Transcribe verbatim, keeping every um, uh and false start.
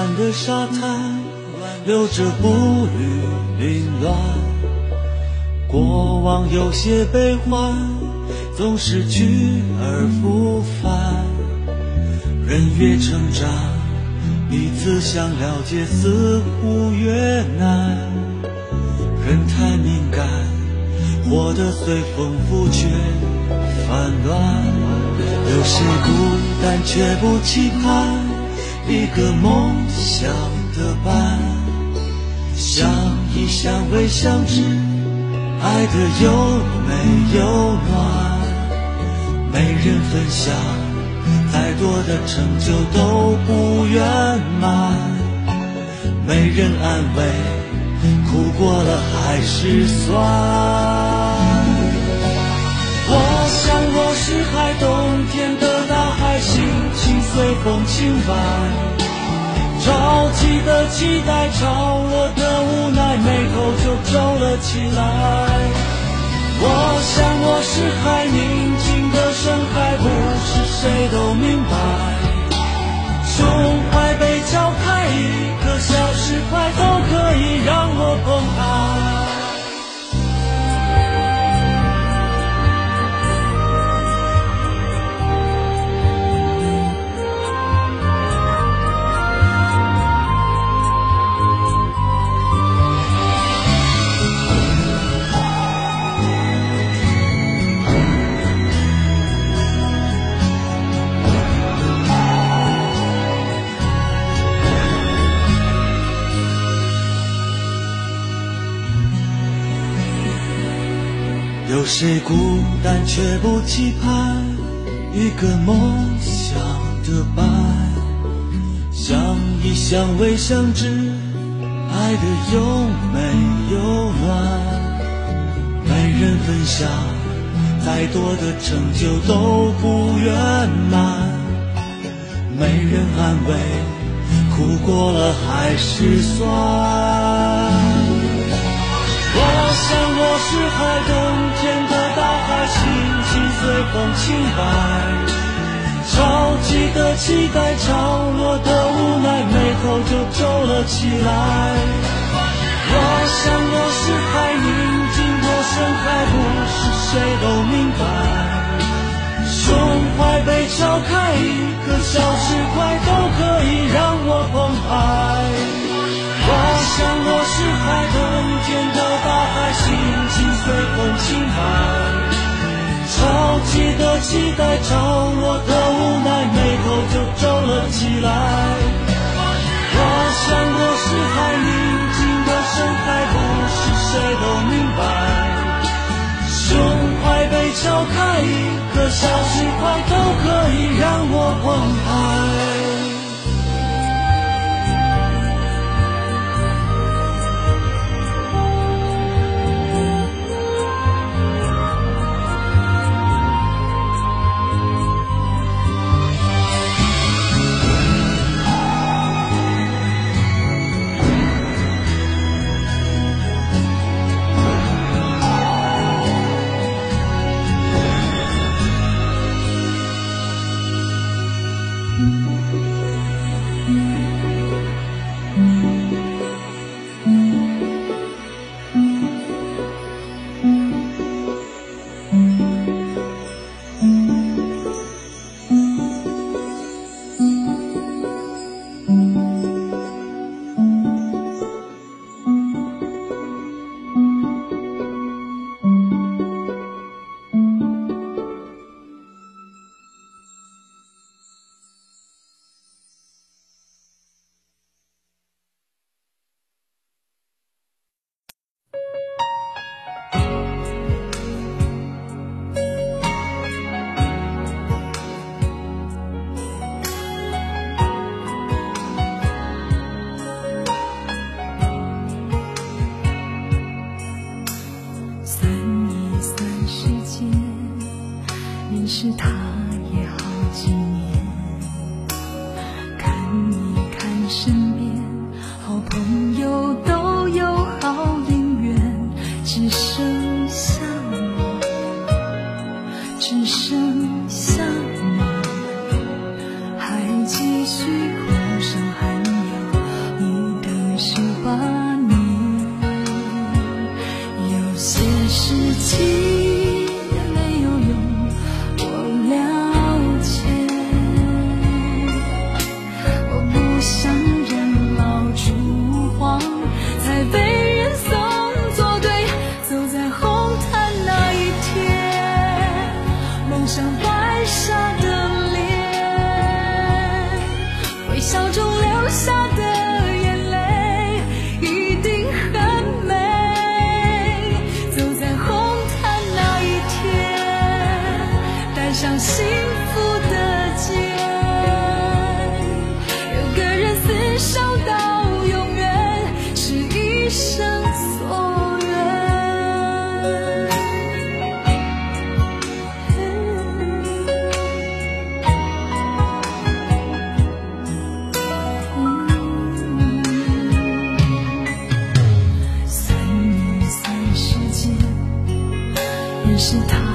湾的沙滩，留着步履凌乱。过往有些悲欢，总是去而复返。人越成长，彼此想了解似乎越难。人太敏感，活得随风拂却烦乱。有谁孤单却不期盼一个梦想的伴？相依相偎相知，爱得又美又暖。没人分享，再多的成就都不圆满。没人安慰，苦过了还是酸。我想若是海，冬天的大海，心情随风轻摆。着急的期待，潮落的无奈，眉头就皱了起来。我想若是海，宁静的深海，不是谁都明白。胸怀被敲开，一个小石块都可以让我澎湃。有谁孤单却不期盼一个梦想的伴？相依相偎相知，爱得又美又暖。没人分享，再多的成就都不圆满。没人安慰，苦过了还是酸。我想若是海，冬天的大海，心情随风轻摆。着急的期待，潮落的无奈，眉头就皱了起来。我想若是海，宁静的深海，不是谁都明白。胸怀被敲开，一个小石块都可以让我澎湃。我想若是海，冬天的大海，心情随风轻摆。着急的期待，潮落的无奈，眉头就皱了起来。我想若是海，宁静的深海，不是谁都明白。胸怀被敲开，一个小石块都可以让我澎湃。 继续呼声寒流。 些事情没有用，我了解。我不想人老珠黄，才被人送作对。走在红毯那一天，梦想白纱的脸，微笑中流下的眼泪一定很美。走在红毯那一天，带上幸福的结，有个人厮守到永远，是一生所愿。三年三世间，人是他